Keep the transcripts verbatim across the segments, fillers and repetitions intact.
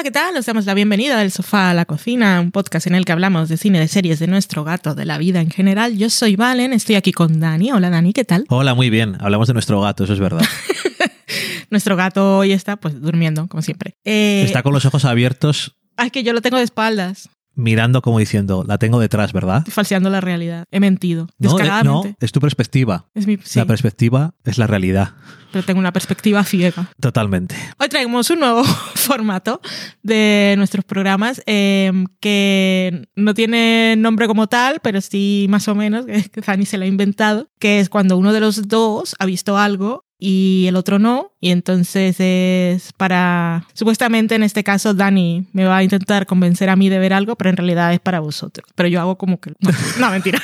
¿qué tal? Os damos la bienvenida del sofá a la cocina, un podcast en el que hablamos de cine, de series, de nuestro gato, de la vida en general. Yo soy Valen, estoy aquí con Dani. Hola Dani, ¿qué tal? Hola, muy bien. Hablamos de nuestro gato, eso es verdad. Nuestro gato hoy está pues durmiendo, como siempre. Eh... Está con los ojos abiertos. Ay, que yo lo tengo de espaldas. Mirando como diciendo, la tengo detrás, ¿verdad? Estoy falseando la realidad. He mentido. No, Descaradamente. no, es tu perspectiva. Es mi, sí. La perspectiva es la realidad. Pero tengo una perspectiva ciega. Totalmente. Hoy traemos un nuevo formato de nuestros programas eh, que no tiene nombre como tal, pero sí más o menos, que Dani se lo ha inventado, que es cuando uno de los dos ha visto algo y el otro no, y entonces es para... Supuestamente en este caso Dani me va a intentar convencer a mí de ver algo, pero en realidad es para vosotros. Pero yo hago como que... No, no mentira.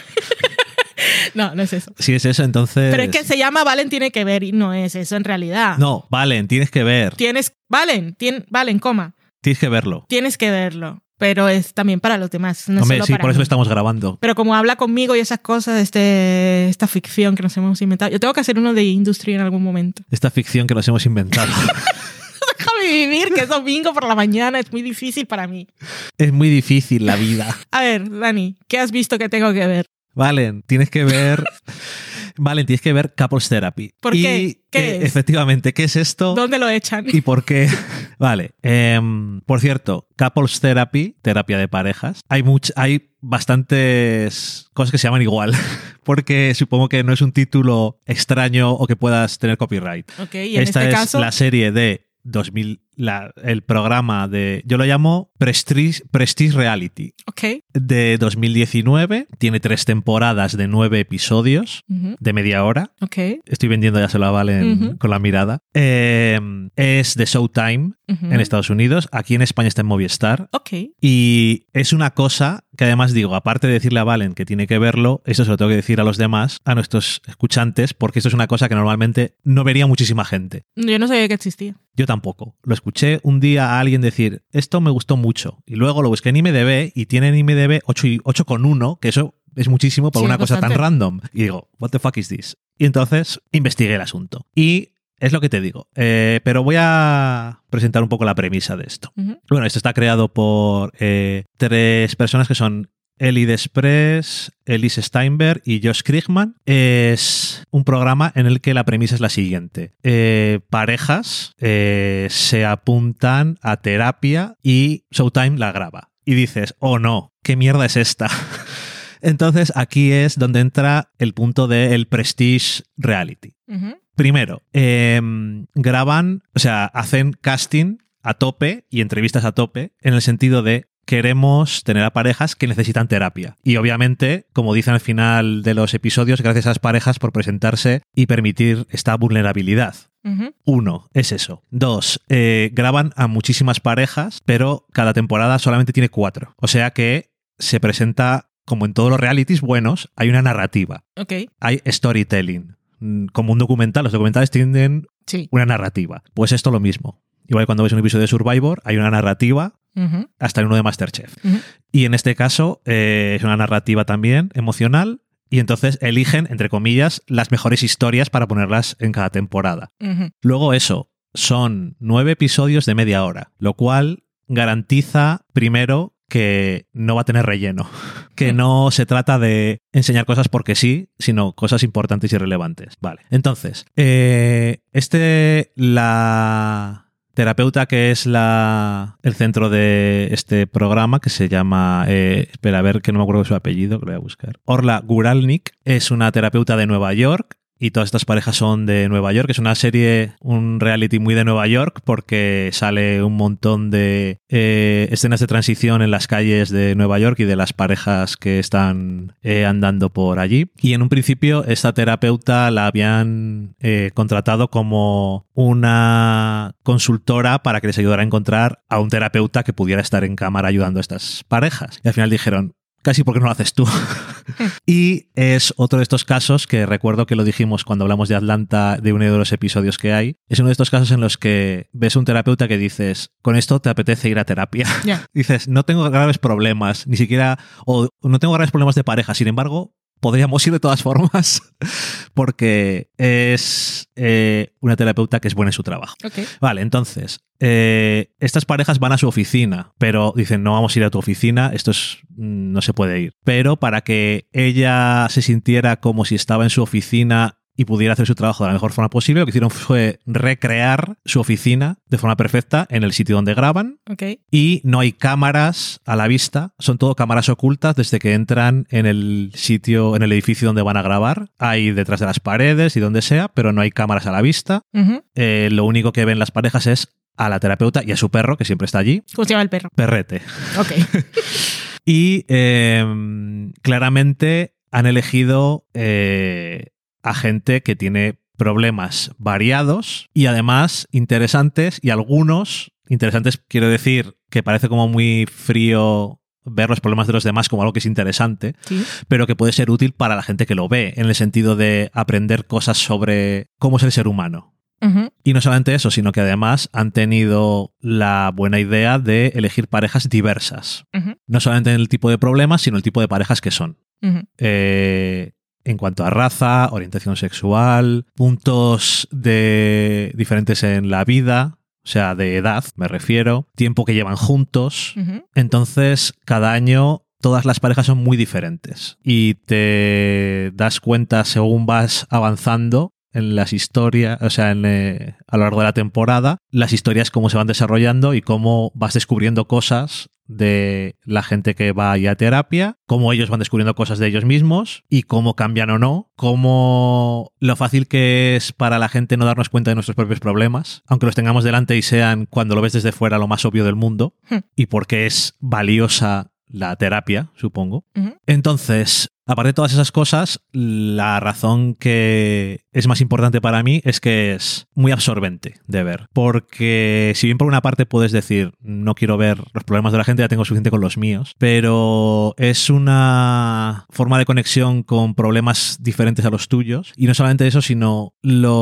No, no es eso. Si es eso, entonces... Pero es que se llama Valen tiene que ver y no es eso en realidad. No, Valen, tienes que ver. Tienes... Valen, tien, Valen, coma. Tienes que verlo. Tienes que verlo. Pero es también para los demás. No Hombre, solo sí, para por eso mí. estamos grabando. Pero como habla conmigo y esas cosas, este, esta ficción que nos hemos inventado. Yo tengo que hacer uno de industria en algún momento. Esta ficción que nos hemos inventado. Déjame vivir, que es domingo por la mañana. Es muy difícil para mí. Es muy difícil la vida. A ver, Dani, ¿qué has visto que tengo que ver? Valen, tienes que ver... Valen, tienes que ver Couples Therapy. ¿Por y, qué? ¿Qué eh, es? Efectivamente, ¿qué es esto? ¿Dónde lo echan? ¿Y por qué? Vale. Eh, por cierto, Couples Therapy, terapia de parejas, hay, much, hay bastantes cosas que se llaman igual, porque supongo que no es un título extraño o que puedas tener copyright. Ok, y en Esta este es caso... la serie de dos mil, la, el programa de, yo lo llamo Prestige, Prestige Reality. Ok. De dos mil diecinueve, tiene tres temporadas de nueve episodios, Uh-huh. de media hora. Ok. Estoy vendiendo, ya se lo valen Uh-huh. con la mirada. Eh, es de Showtime Uh-huh. en Estados Unidos. Aquí en España está en Movistar. Ok. Y es una cosa que además digo, aparte de decirle a Valen que tiene que verlo, eso se lo tengo que decir a los demás, a nuestros escuchantes, porque esto es una cosa que normalmente no vería muchísima gente. Yo no sabía que existía. Yo tampoco. Lo escuché un día a alguien decir, esto me gustó mucho. Y luego lo busqué en I M D B y tiene en I M D B ocho coma uno, que eso es muchísimo para Sí, una es cosa bastante. tan random. Y digo, what the fuck is this? Y entonces investigué el asunto. Y es lo que te digo. Eh, pero voy a presentar un poco la premisa de esto. Uh-huh. Bueno, esto está creado por eh, tres personas que son Ellie Desprez, Elise Steinberg y Josh Krigman. Es un programa en el que la premisa es la siguiente. Eh, parejas eh, se apuntan a terapia y Showtime la graba. Y dices, oh no, ¿qué mierda es esta? Entonces aquí es donde entra el punto del Prestige Reality. Uh-huh. Primero, eh, graban, o sea, hacen casting a tope y entrevistas a tope en el sentido de queremos tener a parejas que necesitan terapia. Y obviamente, como dicen al final de los episodios, gracias a las parejas por presentarse y permitir esta vulnerabilidad. Uh-huh. Uno, es eso. Dos, eh, graban a muchísimas parejas, pero cada temporada solamente tiene cuatro. O sea que se presenta, como en todos los realities buenos, hay una narrativa. Ok. Hay storytelling. Como un documental, los documentales tienen Sí. una narrativa. Pues esto lo mismo. Igual cuando ves un episodio de Survivor, hay una narrativa, Uh-huh. hasta en uno de MasterChef. Uh-huh. Y en este caso eh, es una narrativa también emocional, y entonces eligen, entre comillas, las mejores historias para ponerlas en cada temporada. Uh-huh. Luego eso, son nueve episodios de media hora, lo cual garantiza, primero, que no va a tener relleno, que no se trata de enseñar cosas porque sí, sino cosas importantes y relevantes. Vale, entonces, eh, este, la terapeuta que es la el centro de este programa, que se llama, eh, espera, a ver que no me acuerdo de su apellido, que lo voy a buscar. Orla Guralnik, es una terapeuta de Nueva York. Y todas estas parejas son de Nueva York. Es una serie, un reality muy de Nueva York, porque sale un montón de eh, escenas de transición en las calles de Nueva York y de las parejas que están eh, andando por allí. Y en un principio esta terapeuta la habían eh, contratado como una consultora para que les ayudara a encontrar a un terapeuta que pudiera estar en cámara ayudando a estas parejas. Y al final dijeron, casi porque no lo haces tú. Y es otro de estos casos que recuerdo que lo dijimos cuando hablamos de Atlanta, de uno de los episodios que hay. Es uno de estos casos en los que ves un terapeuta que dices, con esto te apetece ir a terapia. Yeah. Dices, no tengo graves problemas, ni siquiera, o no tengo graves problemas de pareja, sin embargo, podríamos ir de todas formas porque es eh, una terapeuta que es buena en su trabajo. Okay. Vale, entonces, eh, estas parejas van a su oficina, pero dicen, no vamos a ir a tu oficina, esto es, no se puede ir. Pero para que ella se sintiera como si estaba en su oficina y pudiera hacer su trabajo de la mejor forma posible, lo que hicieron fue recrear su oficina de forma perfecta en el sitio donde graban. Okay. Y no hay cámaras a la vista, son todo cámaras ocultas desde que entran en el sitio, en el edificio donde van a grabar. Hay detrás de las paredes y donde sea, pero no hay cámaras a la vista. Uh-huh. Eh, lo único que ven las parejas es a la terapeuta y a su perro, que siempre está allí. ¿Cómo se llama el perro? Perrete. Ok. Y eh, claramente han elegido eh, a gente que tiene problemas variados y además interesantes, y algunos interesantes quiero decir que parece como muy frío ver los problemas de los demás como algo que es interesante, ¿Sí? pero que puede ser útil para la gente que lo ve, en el sentido de aprender cosas sobre cómo es el ser humano. Uh-huh. Y no solamente eso, sino que además han tenido la buena idea de elegir parejas diversas. Uh-huh. No solamente en el tipo de problemas, sino el tipo de parejas que son. Uh-huh. Eh, en cuanto a raza, orientación sexual, puntos de diferentes en la vida, o sea, de edad, me refiero, tiempo que llevan juntos. Uh-huh. Entonces, cada año todas las parejas son muy diferentes y te das cuenta según vas avanzando en las historias, o sea, en, eh, a lo largo de la temporada, las historias cómo se van desarrollando y cómo vas descubriendo cosas de la gente que va a terapia, cómo ellos van descubriendo cosas de ellos mismos y cómo cambian o no, cómo lo fácil que es para la gente no darnos cuenta de nuestros propios problemas, aunque los tengamos delante y sean, cuando lo ves desde fuera, lo más obvio del mundo, Hmm. y por qué es valiosa la terapia, supongo. Uh-huh. Entonces, aparte de todas esas cosas, la razón que es más importante para mí es que es muy absorbente de ver. Porque si bien por una parte puedes decir, no quiero ver los problemas de la gente, ya tengo suficiente con los míos, pero es una forma de conexión con problemas diferentes a los tuyos. Y no solamente eso, sino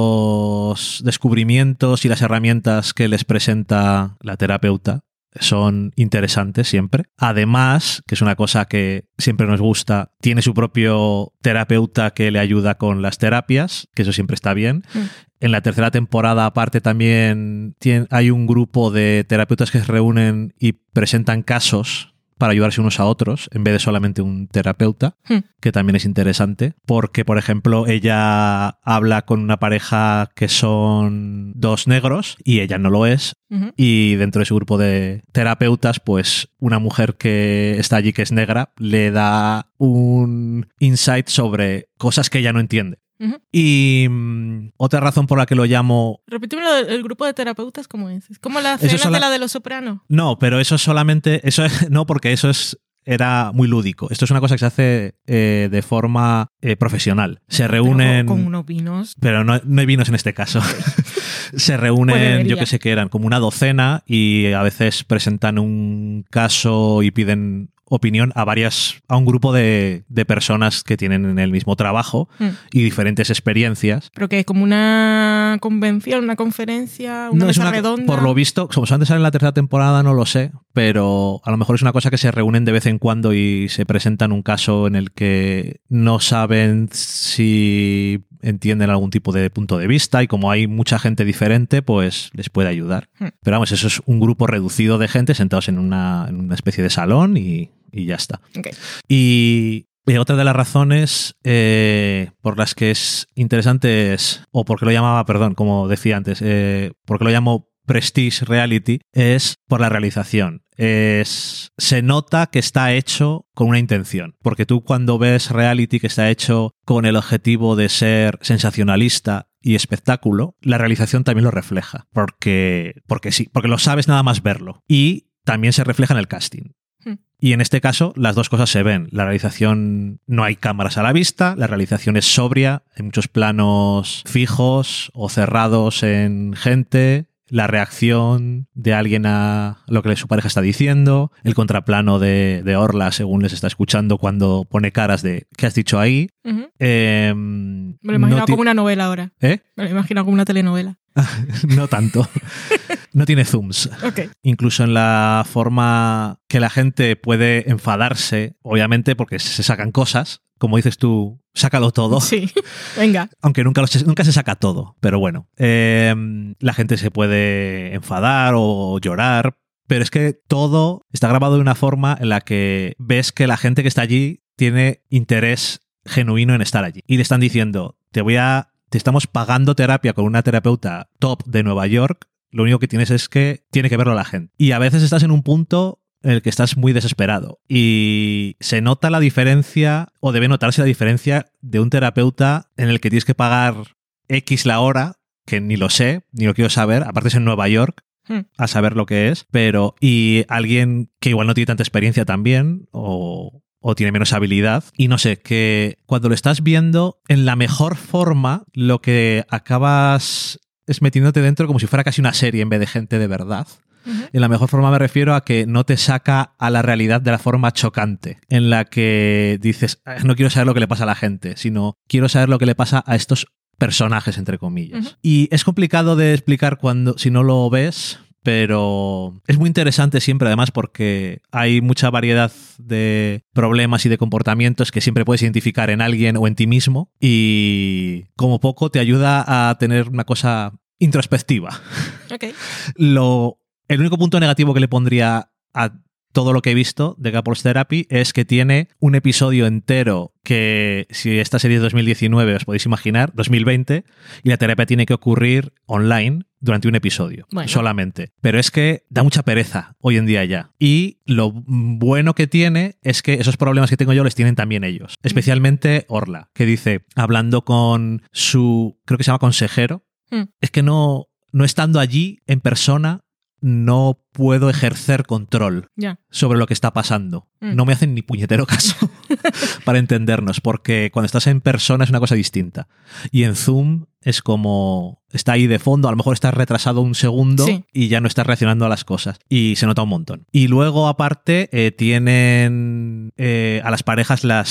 los descubrimientos y las herramientas que les presenta la terapeuta son interesantes siempre. Además, que es una cosa que siempre nos gusta, tiene su propio terapeuta que le ayuda con las terapias, que eso siempre está bien. Mm. En la tercera temporada, aparte, también tiene, hay un grupo de terapeutas que se reúnen y presentan casos para ayudarse unos a otros, en vez de solamente un terapeuta, hmm. que también es interesante, porque, por ejemplo, ella habla con una pareja que son dos negros y ella no lo es, uh-huh. y dentro de su grupo de terapeutas, pues una mujer que está allí que es negra le da un insight sobre cosas que ella no entiende. Uh-huh. Y um, otra razón por la que lo llamo... Repíteme, el grupo de terapeutas, ¿cómo es? ¿Es como la cena sola... de la de Los Soprano? No, pero eso es solamente... Eso es, no, porque eso es era muy lúdico. Esto es una cosa que se hace eh, de forma eh, profesional. Se reúnen... Pero con unos vinos... Pero no, no hay vinos en este caso. Se reúnen, pues yo que sé que eran, como una docena y a veces presentan un caso y piden opinión a varias, a un grupo de, de personas que tienen el mismo trabajo mm. y diferentes experiencias. ¿Pero que es como una convención, una conferencia, una no, mesa es una, redonda? Por lo visto, como solamente sale en la tercera temporada, no lo sé, pero a lo mejor es una cosa que se reúnen de vez en cuando y se presentan un caso en el que no saben si entienden algún tipo de punto de vista y como hay mucha gente diferente, pues les puede ayudar. Hmm. Pero vamos, eso es un grupo reducido de gente sentados en una, en una especie de salón y, y ya está. Okay. Y, y otra de las razones eh, por las que es interesante es, o porque lo llamaba, perdón, como decía antes, eh, porque lo llamo Prestige Reality, es por la realización. Es, se nota que está hecho con una intención, porque tú cuando ves reality que está hecho con el objetivo de ser sensacionalista y espectáculo, la realización también lo refleja, porque, porque sí, porque lo sabes nada más verlo. Y también se refleja en el casting. Hmm. Y en este caso las dos cosas se ven. La realización, no hay cámaras a la vista, la realización es sobria, hay muchos planos fijos o cerrados en gente, la reacción de alguien a lo que su pareja está diciendo, el contraplano de, de Orla según les está escuchando cuando pone caras de ¿qué has dicho ahí? Uh-huh. Eh, Me lo imagino no como una novela ahora. ¿Eh? Me lo imagino como una telenovela. No tanto. No tiene zooms. Okay. Incluso en la forma que la gente puede enfadarse, obviamente porque se sacan cosas, como dices tú, sácalo todo. Sí, venga. Aunque nunca, lo se, nunca se saca todo, pero bueno, eh, la gente se puede enfadar o llorar, pero es que todo está grabado de una forma en la que ves que la gente que está allí tiene interés genuino en estar allí. Y le están diciendo, te voy a, te estamos pagando terapia con una terapeuta top de Nueva York, lo único que tienes es que tiene que verlo la gente. Y a veces estás en un punto en el que estás muy desesperado. Y se nota la diferencia, o debe notarse la diferencia de un terapeuta en el que tienes que pagar X la hora, que ni lo sé, ni lo quiero saber, aparte es en Nueva York, a saber lo que es, pero y alguien que igual no tiene tanta experiencia también, o, o tiene menos habilidad, y no sé, que cuando lo estás viendo en la mejor forma, lo que acabas es metiéndote dentro como si fuera casi una serie en vez de gente de verdad. Uh-huh. En la mejor forma me refiero a que no te saca a la realidad de la forma chocante, en la que dices, no quiero saber lo que le pasa a la gente, sino quiero saber lo que le pasa a estos personajes, entre comillas. Uh-huh. Y es complicado de explicar cuando si no lo ves, pero es muy interesante siempre, además, porque hay mucha variedad de problemas y de comportamientos que siempre puedes identificar en alguien o en ti mismo, y como poco te ayuda a tener una cosa introspectiva. Okay. Lo, el único punto negativo que le pondría a todo lo que he visto de Couples Therapy es que tiene un episodio entero que, si esta serie es dos mil diecinueve, os podéis imaginar, dos mil veinte, y la terapia tiene que ocurrir online durante un episodio, bueno, solamente. Pero es que da mucha pereza hoy en día ya. Y lo bueno que tiene es que esos problemas que tengo yo les tienen también ellos. Especialmente Orla, que dice, hablando con su, creo que se llama consejero, mm. es que no, no estando allí en persona, no puedo ejercer control yeah. sobre lo que está pasando. Mm. No me hacen ni puñetero caso para entendernos, porque cuando estás en persona es una cosa distinta. Y en Zoom es como, está ahí de fondo, a lo mejor estás retrasado un segundo sí. y ya no estás reaccionando a las cosas. Y se nota un montón. Y luego, aparte, eh, tienen... Eh, a las parejas las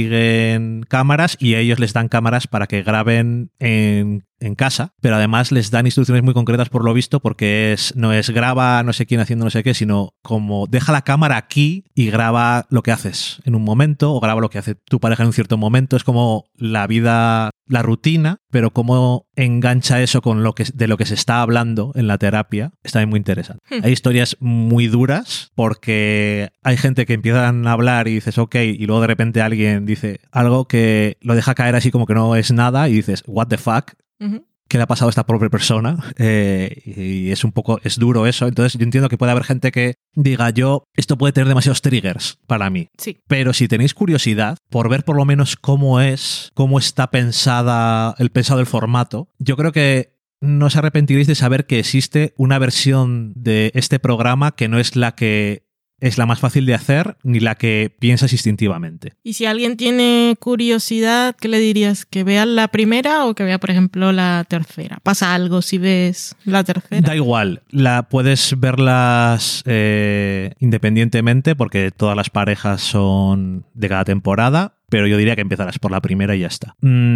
siguen cámaras y a ellos les dan cámaras para que graben en, en casa, pero además les dan instrucciones muy concretas por lo visto, porque es no es graba no sé quién haciendo no sé qué, sino como deja la cámara aquí y graba lo que haces en un momento o graba lo que hace tu pareja en un cierto momento. Es como la vida, la rutina, pero cómo engancha eso con lo que de lo que se está hablando en la terapia está muy interesante. Hmm. Hay historias muy duras porque hay gente que empiezan a hablar y dices ok, y luego de repente alguien dice algo que lo deja caer así como que no es nada y dices what the fuck. Uh-huh. ¿Qué le ha pasado a esta pobre persona? Eh, y es un poco, es duro eso. Entonces yo entiendo que puede haber gente que diga yo, esto puede tener demasiados triggers para mí. Sí. Pero si tenéis curiosidad por ver por lo menos cómo es, cómo está pensada, el pensado el formato, yo creo que no os arrepentiréis de saber que existe una versión de este programa que no es la que es la más fácil de hacer ni la que piensas instintivamente. Y si alguien tiene curiosidad, ¿qué le dirías? ¿Que vea la primera o que vea, por ejemplo, la tercera? ¿Pasa algo si ves la tercera? Da igual. La, puedes verlas eh, independientemente porque todas las parejas son de cada temporada, pero yo diría que empezarás por la primera y ya está.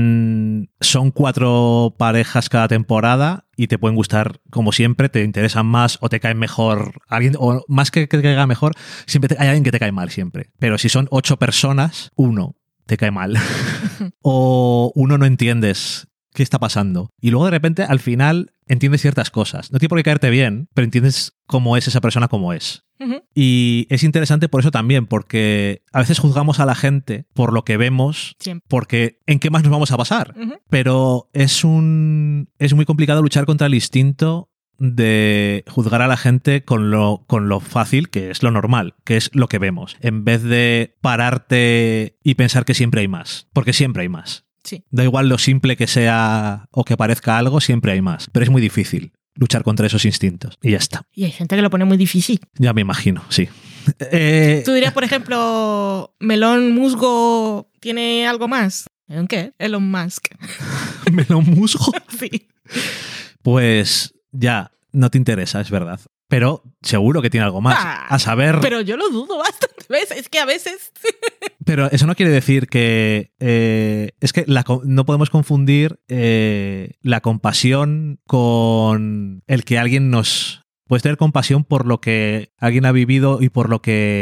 Mm, son cuatro parejas cada temporada y te pueden gustar como siempre, te interesan más o te caen mejor alguien, o más que, que te caiga mejor, siempre te, hay alguien que te cae mal siempre. Pero si son ocho personas, uno te cae mal o uno no entiendes qué está pasando. Y luego de repente al final entiendes ciertas cosas. No tiene por qué caerte bien, pero entiendes cómo es esa persona como es. Uh-huh. Y es interesante por eso también, porque a veces juzgamos a la gente por lo que vemos, siempre. Porque ¿en qué más nos vamos a basar? Uh-huh. Pero es un es muy complicado luchar contra el instinto de juzgar a la gente con lo, con lo fácil, que es lo normal, que es lo que vemos, en vez de pararte y pensar que siempre hay más, porque siempre hay más. Sí. Da igual lo simple que sea o que parezca algo, siempre hay más, pero es muy difícil luchar contra esos instintos. Y ya está. Y hay gente que lo pone muy difícil. Ya me imagino, sí. Eh... Tú dirías, por ejemplo, Melón Musgo tiene algo más. ¿En qué? Elon Musk. ¿Melón Musgo? Sí. Pues ya, no te interesa, es verdad. Pero seguro que tiene algo más. Ah, a saber... Pero yo lo dudo bastante veces. Es que a veces... Pero eso no quiere decir que... Eh, es que la, no podemos confundir eh, la compasión con el que alguien nos... Puedes tener compasión por lo que alguien ha vivido y por lo que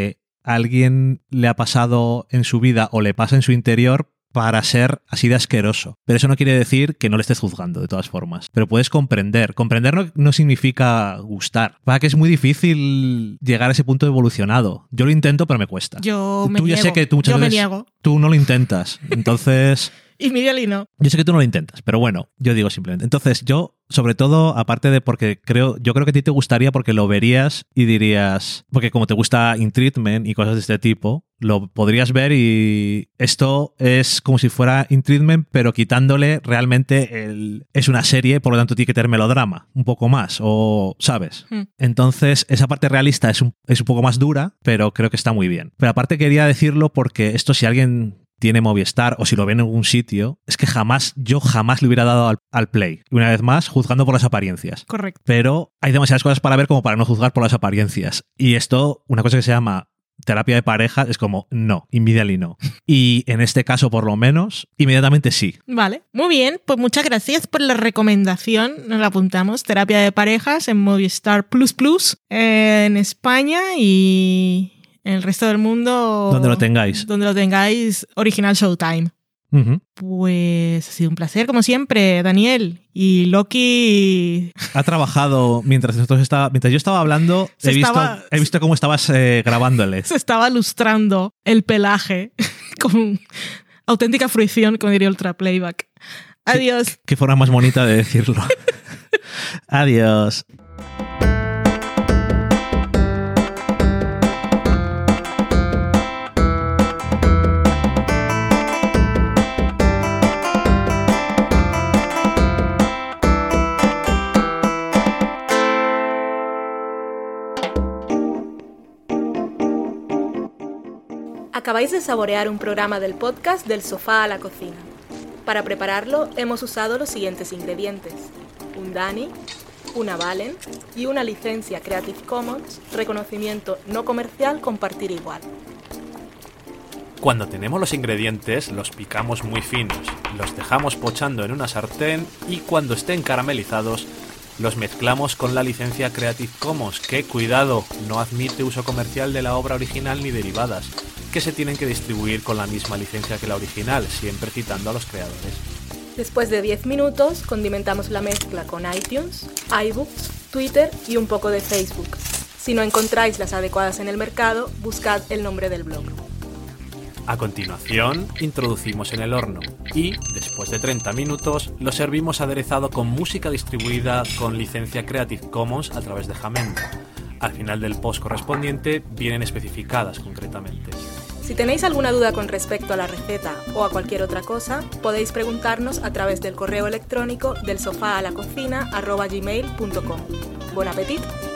a alguien le ha pasado en su vida o le pasa en su interior para ser así de asqueroso. Pero eso no quiere decir que no le estés juzgando, de todas formas. Pero puedes comprender. Comprender no, no significa gustar. Para que es muy difícil llegar a ese punto evolucionado. Yo lo intento, pero me cuesta. Yo me tú niego. Ya sé que tú muchas Yo me veces niego. Tú no lo intentas. Entonces... Y Miguel y no. Yo sé que tú no lo intentas, pero bueno, yo digo simplemente. Entonces, yo, sobre todo, aparte de porque creo, yo creo que a ti te gustaría porque lo verías y dirías, porque como te gusta In Treatment y cosas de este tipo, lo podrías ver y esto es como si fuera In Treatment, pero quitándole realmente el... Es una serie, por lo tanto tiene que tener melodrama, un poco más, o ¿sabes? Hmm. Entonces, esa parte realista es un, es un poco más dura, pero creo que está muy bien. Pero aparte quería decirlo porque esto si alguien... tiene Movistar o si lo ven en algún sitio, es que jamás, yo jamás le hubiera dado al, al play. Y una vez más, juzgando por las apariencias. Correcto. Pero hay demasiadas cosas para ver como para no juzgar por las apariencias. Y esto, una cosa que se llama terapia de pareja, es como no, immediately no. Y en este caso, por lo menos, inmediatamente sí. Vale, muy bien. Pues muchas gracias por la recomendación. Nos la apuntamos. Terapia de parejas en Movistar Plus Plus eh, en España y... en el resto del mundo... Donde lo tengáis. Donde lo tengáis, original Showtime. Uh-huh. Pues ha sido un placer, como siempre, Daniel. Y Loki... Ha trabajado mientras nosotros estaba, mientras yo estaba hablando, he, estaba, visto, he visto cómo estabas eh, grabándole. Se estaba lustrando el pelaje con auténtica fruición, como diría Ultra Playback. Adiós. Qué, qué forma más bonita de decirlo. Adiós. Acabáis de saborear un programa del podcast Del sofá a la cocina. Para prepararlo hemos usado los siguientes ingredientes: un Dani, una Valen y una licencia Creative Commons, reconocimiento no comercial, compartir igual. Cuando tenemos los ingredientes los picamos muy finos, los dejamos pochando en una sartén y cuando estén caramelizados los mezclamos con la licencia Creative Commons, que, cuidado, no admite uso comercial de la obra original ni derivadas, que se tienen que distribuir con la misma licencia que la original, siempre citando a los creadores. Después de diez minutos, condimentamos la mezcla con iTunes, iBooks, Twitter y un poco de Facebook. Si no encontráis las adecuadas en el mercado, buscad el nombre del blog. A continuación, introducimos en el horno y, después de treinta minutos, lo servimos aderezado con música distribuida con licencia Creative Commons a través de Jamendo. Al final del post correspondiente vienen especificadas concretamente. Si tenéis alguna duda con respecto a la receta o a cualquier otra cosa, podéis preguntarnos a través del correo electrónico del sofá a la cocina arroba gmail punto com. ¡Buen apetito!